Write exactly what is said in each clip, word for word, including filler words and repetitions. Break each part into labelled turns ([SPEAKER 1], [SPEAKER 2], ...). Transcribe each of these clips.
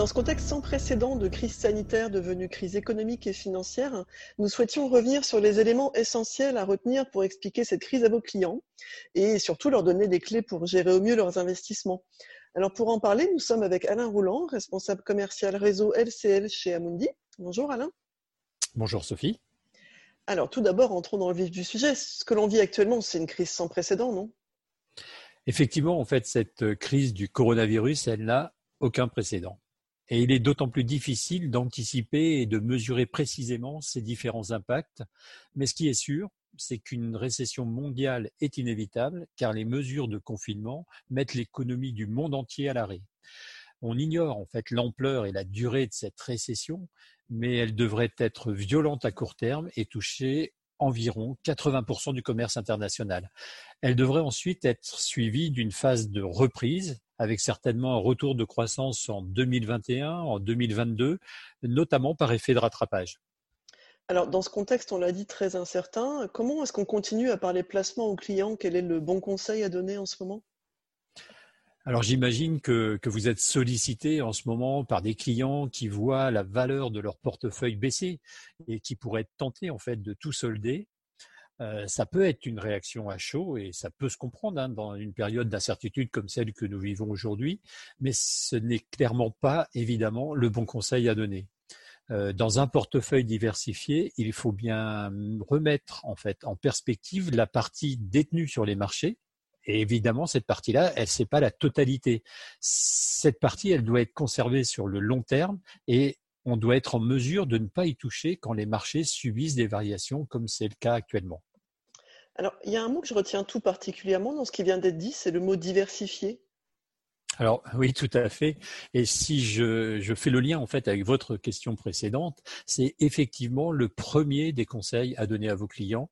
[SPEAKER 1] Dans ce contexte sans précédent de crise sanitaire devenue crise économique et financière, nous souhaitions revenir sur les éléments essentiels à retenir pour expliquer cette crise à vos clients et surtout leur donner des clés pour gérer au mieux leurs investissements. Alors pour en parler, nous sommes avec Alain Rouland, responsable commercial réseau L C L chez Amundi. Bonjour Alain.
[SPEAKER 2] Bonjour Sophie.
[SPEAKER 1] Alors tout d'abord, entrons dans le vif du sujet. Ce que l'on vit actuellement, c'est une crise sans précédent, non ?
[SPEAKER 2] Effectivement, en fait, cette crise du coronavirus, elle n'a aucun précédent. Et il est d'autant plus difficile d'anticiper et de mesurer précisément ces différents impacts. Mais ce qui est sûr, c'est qu'une récession mondiale est inévitable car les mesures de confinement mettent l'économie du monde entier à l'arrêt. On ignore en fait l'ampleur et la durée de cette récession, mais elle devrait être violente à court terme et toucher environ quatre-vingts pour cent du commerce international. Elle devrait ensuite être suivie d'une phase de reprise, avec certainement un retour de croissance en deux mille vingt et un, en deux mille vingt-deux, notamment par effet de rattrapage.
[SPEAKER 1] Alors dans ce contexte, on l'a dit, très incertain, comment est-ce qu'on continue à parler placement aux clients ? Quel est le bon conseil à donner en ce moment ?
[SPEAKER 2] Alors j'imagine que, que vous êtes sollicité en ce moment par des clients qui voient la valeur de leur portefeuille baisser et qui pourraient être tentés en fait de tout solder. Euh, ça peut être une réaction à chaud et ça peut se comprendre hein, dans une période d'incertitude comme celle que nous vivons aujourd'hui, mais ce n'est clairement pas évidemment le bon conseil à donner. Euh, dans un portefeuille diversifié, il faut bien remettre en fait en perspective la partie détenue sur les marchés. Et évidemment, cette partie-là, elle c'est pas la totalité. Cette partie, elle doit être conservée sur le long terme et on doit être en mesure de ne pas y toucher quand les marchés subissent des variations, comme c'est le cas actuellement.
[SPEAKER 1] Alors, il y a un mot que je retiens tout particulièrement dans ce qui vient d'être dit, c'est le mot diversifié.
[SPEAKER 2] Alors oui, tout à fait. Et si je, je fais le lien en fait avec votre question précédente, c'est effectivement le premier des conseils à donner à vos clients,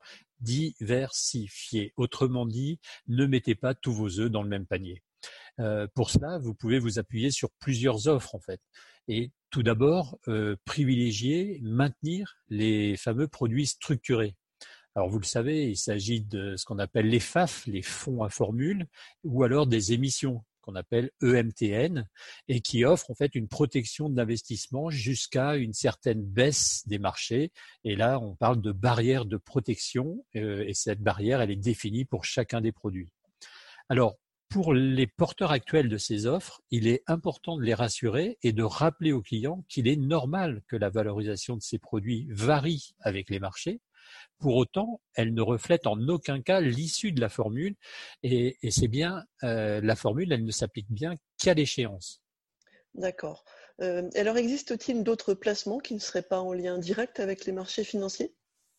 [SPEAKER 2] diversifier. Autrement dit, ne mettez pas tous vos œufs dans le même panier. Euh, pour cela, vous pouvez vous appuyer sur plusieurs offres en fait. Et tout d'abord, euh, privilégier, maintenir les fameux produits structurés. Alors vous le savez, il s'agit de ce qu'on appelle les F A F, les fonds à formule, ou alors des émissions qu'on appelle E M T N et qui offrent en fait une protection de l'investissement jusqu'à une certaine baisse des marchés. Et là, on parle de barrière de protection euh, et cette barrière, elle est définie pour chacun des produits. Alors, pour les porteurs actuels de ces offres, il est important de les rassurer et de rappeler aux clients qu'il est normal que la valorisation de ces produits varie avec les marchés. Pour autant, elle ne reflète en aucun cas l'issue de la formule et, et c'est bien euh, la formule, elle ne s'applique bien qu'à l'échéance.
[SPEAKER 1] D'accord. Euh, alors, existe-t-il d'autres placements qui ne seraient pas en lien direct avec les marchés financiers ?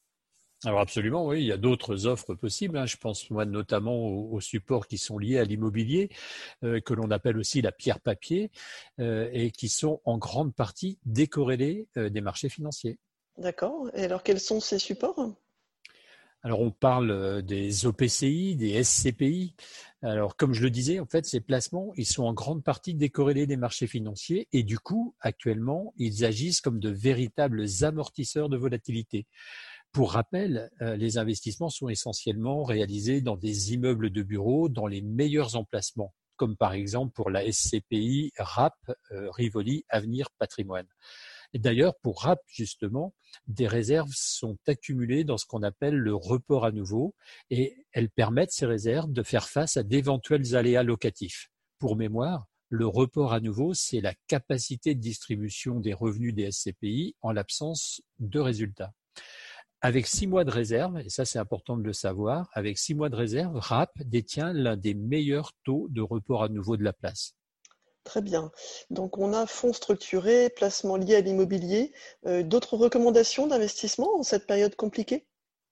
[SPEAKER 2] Alors absolument, oui, il y a d'autres offres possibles. Hein. Je pense moi notamment aux, aux supports qui sont liés à l'immobilier, euh, que l'on appelle aussi la pierre papier, euh, et qui sont en grande partie décorrélés euh, des marchés financiers.
[SPEAKER 1] D'accord. Et alors, quels sont ces supports ?
[SPEAKER 2] Alors, on parle des O P C I, des S C P I. Alors, comme je le disais, en fait, ces placements, ils sont en grande partie décorrélés des marchés financiers et du coup, actuellement, ils agissent comme de véritables amortisseurs de volatilité. Pour rappel, les investissements sont essentiellement réalisés dans des immeubles de bureaux dans les meilleurs emplacements, comme par exemple pour la S C P I R A P, euh, Rivoli Avenir Patrimoine. Et d'ailleurs, pour R A P, justement, des réserves sont accumulées dans ce qu'on appelle le report à nouveau et elles permettent, ces réserves, de faire face à d'éventuels aléas locatifs. Pour mémoire, le report à nouveau, c'est la capacité de distribution des revenus des S C P I en l'absence de résultats. Avec six mois de réserve, et ça c'est important de le savoir, avec six mois de réserve, R A P détient l'un des meilleurs taux de report à nouveau de la place.
[SPEAKER 1] Très bien. Donc, on a fonds structurés, placements liés à l'immobilier. Euh, d'autres recommandations d'investissement en cette période compliquée ?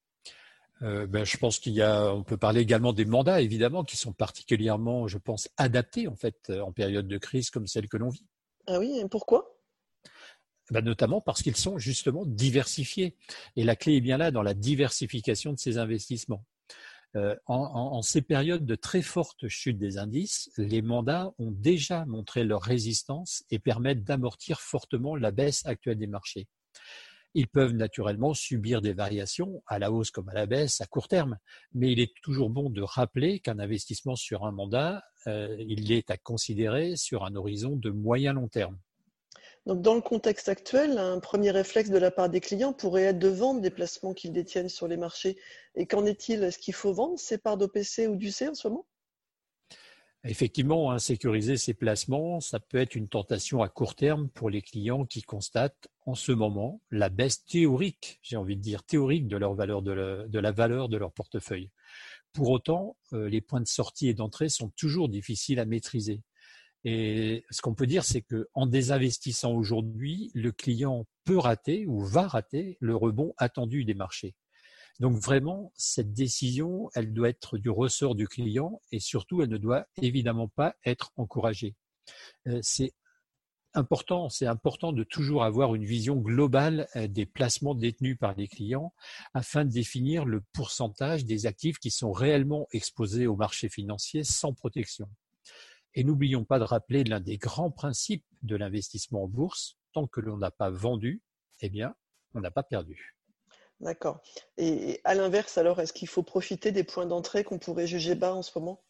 [SPEAKER 2] Euh, ben, je pense qu'il y a, on peut parler également des mandats, évidemment, qui sont particulièrement, je pense, adaptés en fait en période de crise comme celle que l'on vit.
[SPEAKER 1] Ah oui, et pourquoi ?
[SPEAKER 2] Ben, notamment parce qu'ils sont justement diversifiés. Et la clé est bien là dans la diversification de ces investissements. Euh, en, en, en ces périodes de très forte chute des indices, les mandats ont déjà montré leur résistance et permettent d'amortir fortement la baisse actuelle des marchés. Ils peuvent naturellement subir des variations à la hausse comme à la baisse à court terme, mais il est toujours bon de rappeler qu'un investissement sur un mandat, euh, il est à considérer sur un horizon de moyen long terme.
[SPEAKER 1] Donc, dans le contexte actuel, un premier réflexe de la part des clients pourrait être de vendre des placements qu'ils détiennent sur les marchés. Et qu'en est-il? Est-ce qu'il faut vendre ces parts d'O P C ou d'U C en ce moment?
[SPEAKER 2] Effectivement, hein, sécuriser ces placements, ça peut être une tentation à court terme pour les clients qui constatent en ce moment la baisse théorique, j'ai envie de dire théorique, de leur valeur de, la, de la valeur de leur portefeuille. Pour autant, euh, les points de sortie et d'entrée sont toujours difficiles à maîtriser. Et ce qu'on peut dire, c'est qu'en désinvestissant aujourd'hui, le client peut rater ou va rater le rebond attendu des marchés. Donc vraiment, cette décision, elle doit être du ressort du client et surtout, elle ne doit évidemment pas être encouragée. Euh, c'est important, c'est important de toujours avoir une vision globale des placements détenus par les clients afin de définir le pourcentage des actifs qui sont réellement exposés au marché financier sans protection. Et n'oublions pas de rappeler l'un des grands principes de l'investissement en bourse, tant que l'on n'a pas vendu, eh bien, on n'a pas perdu.
[SPEAKER 1] D'accord. Et à l'inverse, alors, est-ce qu'il faut profiter des points d'entrée qu'on pourrait juger bas en ce moment?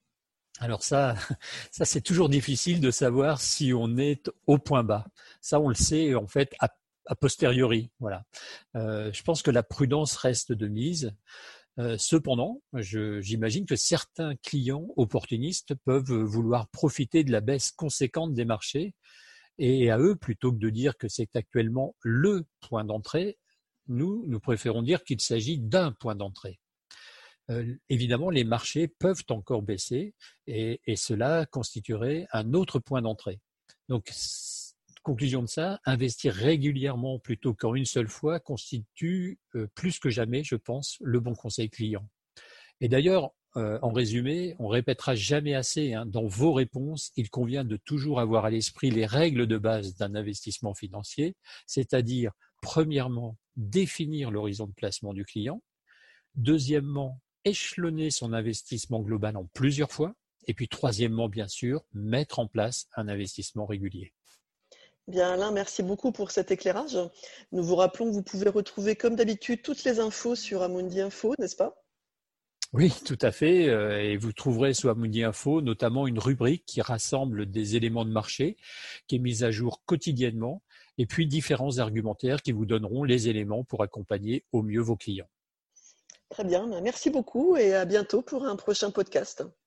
[SPEAKER 2] Alors ça, ça c'est toujours difficile de savoir si on est au point bas. Ça, on le sait en fait a, a posteriori. Voilà. Euh, je pense que la prudence reste de mise. Euh, cependant, je, j'imagine que certains clients opportunistes peuvent vouloir profiter de la baisse conséquente des marchés. Et à eux, plutôt que de dire que c'est actuellement le point d'entrée, nous, nous préférons dire qu'il s'agit d'un point d'entrée. Euh, évidemment, les marchés peuvent encore baisser et, et cela constituerait un autre point d'entrée. Donc, conclusion de ça, investir régulièrement plutôt qu'en une seule fois constitue euh, plus que jamais, je pense, le bon conseil client. Et d'ailleurs, euh, en résumé, on répétera jamais assez, hein, dans vos réponses, il convient de toujours avoir à l'esprit les règles de base d'un investissement financier, c'est-à-dire, premièrement, définir l'horizon de placement du client, deuxièmement, échelonner son investissement global en plusieurs fois, et puis troisièmement, bien sûr, mettre en place un investissement régulier.
[SPEAKER 1] Bien Alain, merci beaucoup pour cet éclairage. Nous vous rappelons que vous pouvez retrouver comme d'habitude toutes les infos sur Amundi Info, n'est-ce pas?
[SPEAKER 2] Oui, tout à fait. Et vous trouverez sur Amundi Info notamment une rubrique qui rassemble des éléments de marché, qui est mise à jour quotidiennement, et puis différents argumentaires qui vous donneront les éléments pour accompagner au mieux vos clients.
[SPEAKER 1] Très bien, merci beaucoup et à bientôt pour un prochain podcast.